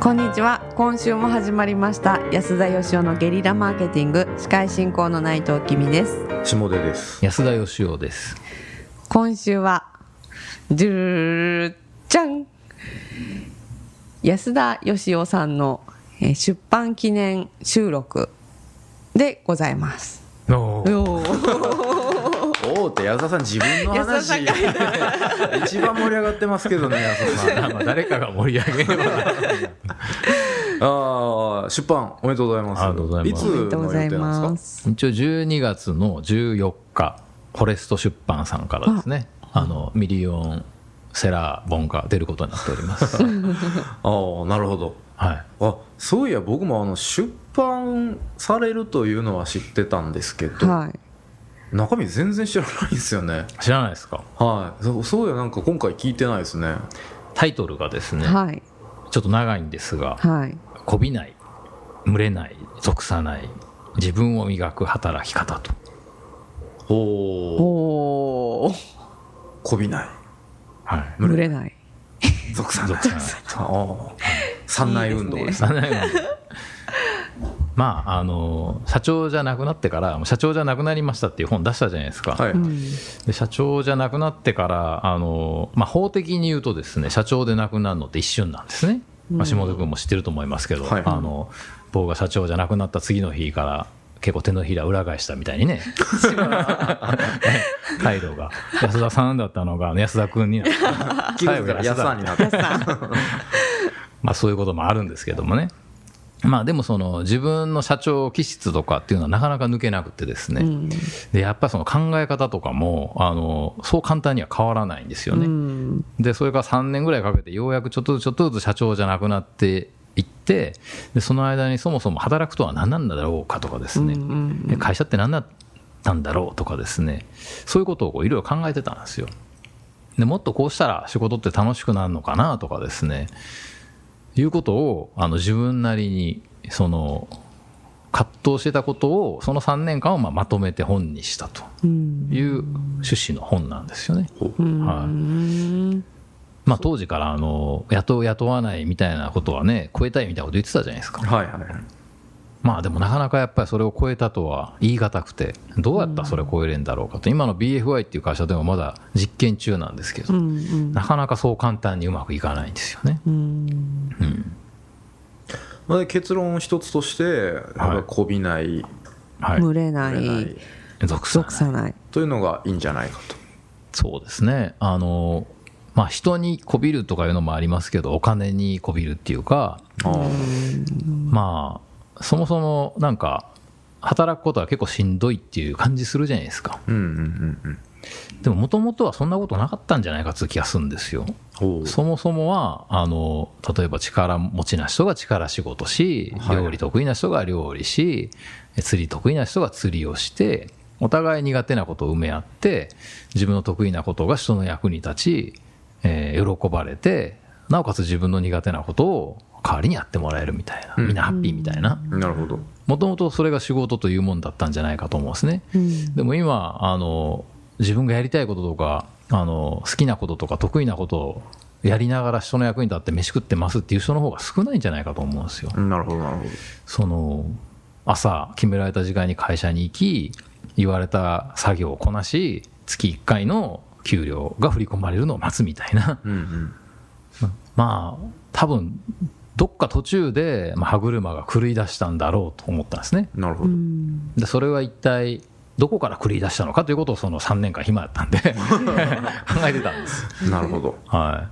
こんにちは。今週も始まりました安田義雄のゲリラマーケティング、司会進行の内藤きみです。 下出です。 安田義雄です。 今週はドゥルルじゃん、安田義雄さんの出版記念収録でございます。 おおって安田さん自分の話一番盛り上がってますけどね、安田さん。 まあ誰かが盛り上げれば出版おめでとうございます。 ありがとうございます。 いつの予定なんですか？ 一応12月の14日フォレスト出版さんからですね、ミリオンセラー本が出ることになっておりますああ、 なるほど、はい、そういや僕も出版されるというのは知ってたんですけど、はい、中身全然知らないですよね。 知らないですか？ はい、そういやなんか今回聞いてないですね。 タイトルがですね、 はい、 ちょっと長いんですが、 はい、 こびない、群れない、属さない、自分を磨く働き方と。 おー、こびない、 はい、群れない、 属さない三内運動ですね。 まあ社長じゃなくなってから社長じゃなくなりましたっていう本出したじゃないですか、はい、で社長じゃなくなってから法的に言うとですね、社長でなくなるのって一瞬なんですね。下出君も知ってると思いますけど、はい、僕が社長じゃなくなった次の日から結構手のひら裏返したみたいにね態度が安田さんだったのが安田君になった気づいたら安田になったまあそういうこともあるんですけどもね。まあでも自分の社長気質とかっていうのはなかなか抜けなくてですね、でやっぱりその考え方とかもそう簡単には変わらないんですよね。でそれから3年ぐらいかけてようやくちょっとずつ社長じゃなくなっていって、でその間にそもそも働くとは何なんだろうかとかですね、会社って何だったんだろうとかですね、そういうことをいろいろ考えてたんですよ。でもっとこうしたら仕事って楽しくなるのかなとかですね、いうことを自分なりに葛藤してたことをその3年間をまとめて本にしたという趣旨の本なんですよね。はい、当時から雇わないみたいなことはね、超えたいみたいなこと言ってたじゃないですか。はいはいはい。でもなかなかやっぱりそれを超えたとは言い難くて、どうやったらそれを超えれるんだろうかと。今の BFI っていう会社でもまだ実験中なんですけど、なかなかそう簡単にうまくいかないんですよね。 結論一つとして、こびない、 群れない、属さないというのがいいんじゃないかと。 そうですね。人にこびるとかいうのもありますけど、お金にこびるっていうか、そもそもなんか働くことは結構しんどいっていう感じするじゃないですか。でももともとはそんなことなかったんじゃないかという気がするんですよ。そもそもは例えば力持ちな人が力仕事し、料理得意な人が料理し、釣り得意な人が釣りをして、お互い苦手なことを埋め合って、自分の得意なことが人の役に立ち、喜ばれて、なおかつ自分の苦手なことを代わりにやってもらえるみたいな、みんなハッピーみたいな。 なるほど。 もともとそれが仕事というもんだったんじゃないかと思うんですね。でも今自分がやりたいこととか好きなこととか得意なことをやりながら人の役に立って飯食ってますっていう人の方が少ないんじゃないかと思うんですよ。 なるほどなるほど。 朝決められた時間に会社に行き、言われた作業をこなし、月1回の給料が振り込まれるのを待つみたいな、多分どっか途中で歯車が狂い出したんだろうと思ったんですね。 なるほど。 でそれは一体どこから狂い出したのかということをその3年間暇だったんで考えてたんです。 なるほど。 はい、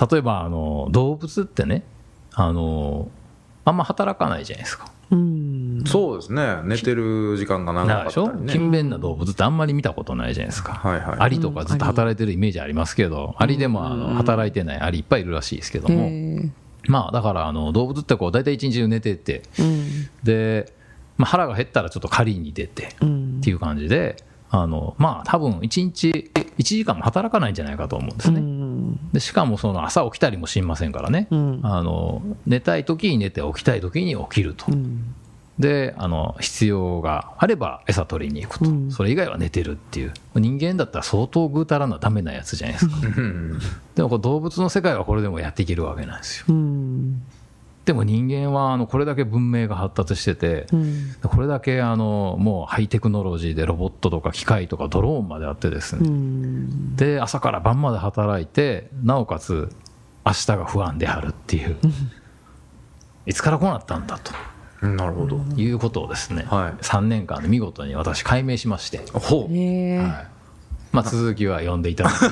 例えば動物ってね、あんま働かないじゃないですか。 そうですね。寝てる時間が長かったりね。 勤勉な動物ってあんまり見たことないじゃないですか。アリとかずっと働いてるイメージありますけど、アリでも働いてないアリいっぱいいるらしいですけども、だから動物って大体一日中寝てて、で、腹が減ったらちょっと狩りに出てっていう感じで、多分1日1時間も働かないんじゃないかと思うんですね。でしかも朝起きたりもしませんからね、寝たい時に寝て起きたい時に起きると、で必要があれば餌取りに行くと、それ以外は寝てるっていう。人間だったら相当ぐうたらなダメなやつじゃないですかでも動物の世界はこれでもやっていけるわけなんですよ。 でも人間はこれだけ文明が発達してて、これだけもうハイテクノロジーでロボットとか機械とかドローンまであってですね、で朝から晩まで働いて、なおかつ明日が不安であるっていう、いつからこうなったんだと。 なるほど。 いうことをですね、 はい、 3年間で見事に私解明しまして、 ほう、 まあ、続きは読んでいただいて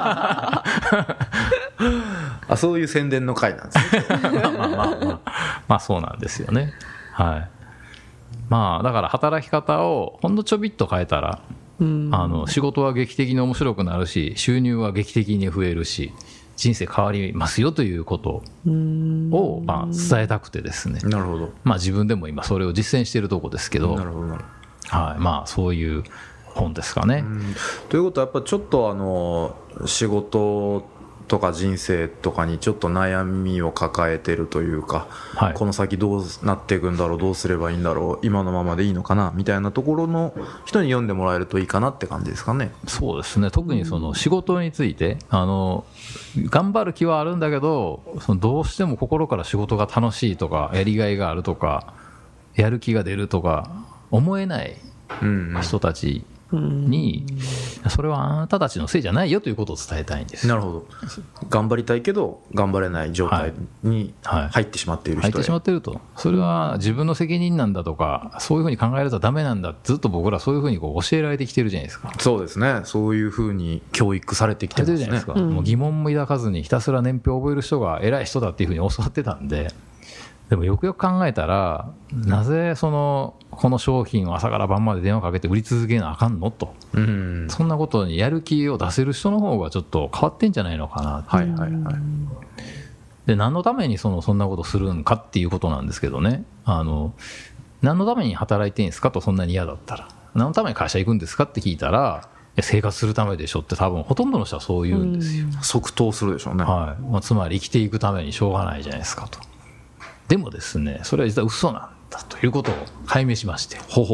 あ、そういう宣伝の回なんですねまあそうなんですよね。はい。まあだから働き方をほんのちょびっと変えたら、仕事は劇的に面白くなるし、収入は劇的に増えるし、人生変わりますよということをまあ伝えたくてですね。 なるほど。 まあ自分でも今それを実践しているところですけど、 なるほどなるほど。 はい。まあそういう本ですかね。 ということはやっぱちょっと仕事とか人生とかにちょっと悩みを抱えてるというか、はい、この先どうなっていくんだろう、どうすればいいんだろう、今のままでいいのかなみたいなところの人に読んでもらえるといいかなって感じですかね。 そうですね。特にその仕事について頑張る気はあるんだけど、どうしても心から仕事が楽しいとかやりがいがあるとかやる気が出るとか思えない人たちに、それはあなたたちのせいじゃないよということを伝えたいんです。 なるほど。頑張りたいけど頑張れない状態に入ってしまっている人へ、 入ってしまっていると、それは自分の責任なんだとか、そういうふうに考えるとダメなんだ、ずっと僕らそういうふうにこう教えられてきてるじゃないですか。 そうですね。そういうふうに教育されてきてますね。 じゃないですか。もう疑問も抱かずにひたすら年表を覚える人が偉い人だっていうふうに教わってたんで、でもよくよく考えたら、なぜこの商品を朝から晩まで電話かけて売り続けなあかんのと、そんなことにやる気を出せる人の方がちょっと変わってんじゃないのかなって、で何のためにそんなことするんかっていうことなんですけどね、何のために働いてんですかと、そんなに嫌だったら何のために会社行くんですかって聞いたら、生活するためでしょって多分ほとんどの人はそう言うんですよ。 即答するでしょうね。 はい。つまり生きていくためにしょうがないじゃないですかと。でもですね、それは実は嘘なんだということを解明しまして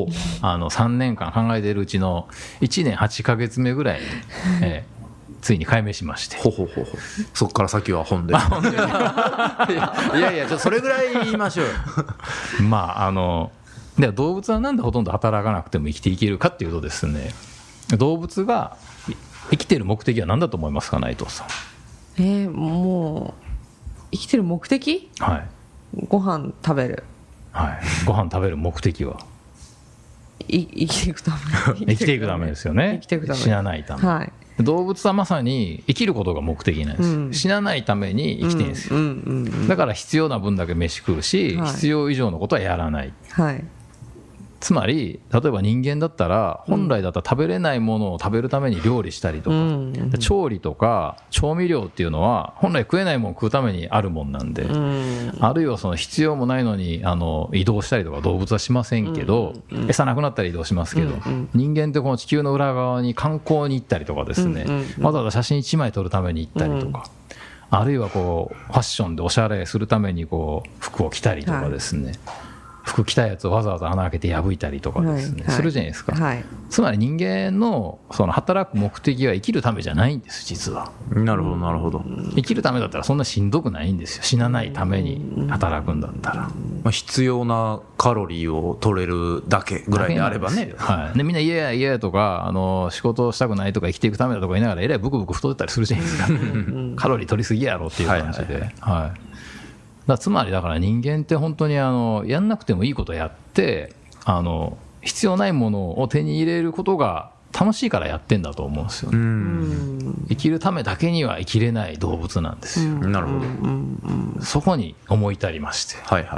、3年間考えているうちの1年8ヶ月目ぐらいに、ついに解明しまして、 そこから先は本でいやいや、ちょっとそれぐらい言いましょうよまあで動物はなんでほとんど働かなくても生きていけるかっていうとですね、動物が生きている目的は何だと思いますか、内藤さん。 もう生きてる目的、 はい、 ご飯食べる、 はい、ご飯食べる目的は生きていくため生きていくためですよね。 生きていくため、 死なないため、はい、動物はまさに生きることが目的なんです、死なないために生きてるんですよ、だから必要な分だけ飯食うし、はい、必要以上のことはやらない、はい、つまり例えば人間だったら本来だったら食べれないものを食べるために料理したりとか、調理とか調味料っていうのは本来食えないものを食うためにあるもんなんで、あるいは必要もないのに移動したりとか動物はしませんけど、餌なくなったら移動しますけど、人間ってこの地球の裏側に観光に行ったりとかですね、わざわざ写真1枚撮るために行ったりとか、あるいはこうファッションでおしゃれするためにこう服を着たりとかですね、服着たやつをわざわざ穴開けて破いたりとかですね、するじゃないですか、つまり人間の働く目的は生きるためじゃないんです、実は。 なるほどなるほど。 生きるためだったらそんなしんどくないんですよ、死なないために働くんだったら、 必要なカロリーを取れるだけぐらいであればね、 はい、でみんな嫌や嫌やとか仕事をしたくないとか生きていくためだとか言いながらえらいブクブク太ってたりするじゃないですかカロリー取りすぎやろっていう感じで、つまりだから人間って本当にやんなくてもいいことやって必要ないものを手に入れることが楽しいからやってんだと思うんですよね。生きるためだけには生きれない動物なんですよ。 なるほど。 そこに思い至りまして、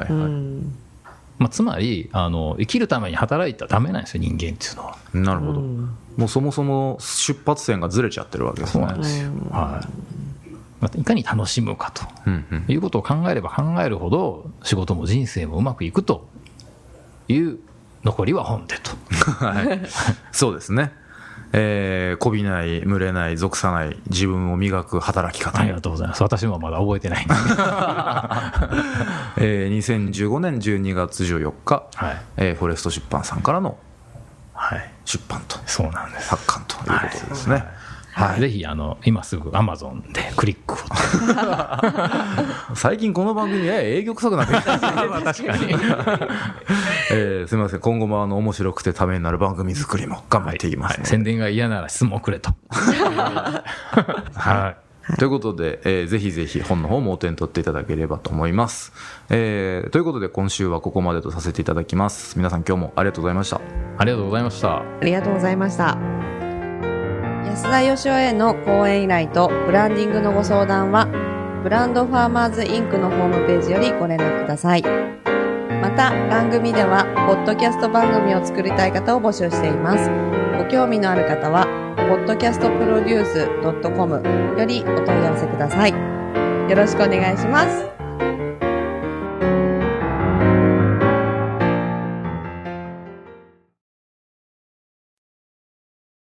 つまり生きるために働いたらダメなんですよ、人間っていうのは。 なるほど。もうそもそも出発点がずれちゃってるわけですね。 そうなんですよ、いかに楽しむかということを考えれば考えるほど仕事も人生もうまくいくという残りは本でとそうですね。こびない群れない属さない自分を磨く働き方。 ありがとうございます。私もまだ覚えてないんで 2015年12月14日、フォレスト出版さんからの出版と、 そうなんです、 発刊ということですね。 はい、ぜひ今すぐ Amazon でクリックを最近この番組営業臭くなってきた確かにすみません、今後も面白くてためになる番組作りも頑張っていきます、 はい、宣伝が嫌なら質問をくれとはい、ということで、ぜひぜひ本の方もお手に取っていただければと思います、ということで今週はここまでとさせていただきます。皆さん今日もありがとうございました。 ありがとうございました。 ありがとうございました。安田義雄への講演依頼とブランディングのご相談はブランドファーマーズインクのホームページよりご連絡ください。また番組ではポッドキャスト番組を作りたい方を募集しています。ご興味のある方はpodcastproduce.com よりお問い合わせください。よろしくお願いします。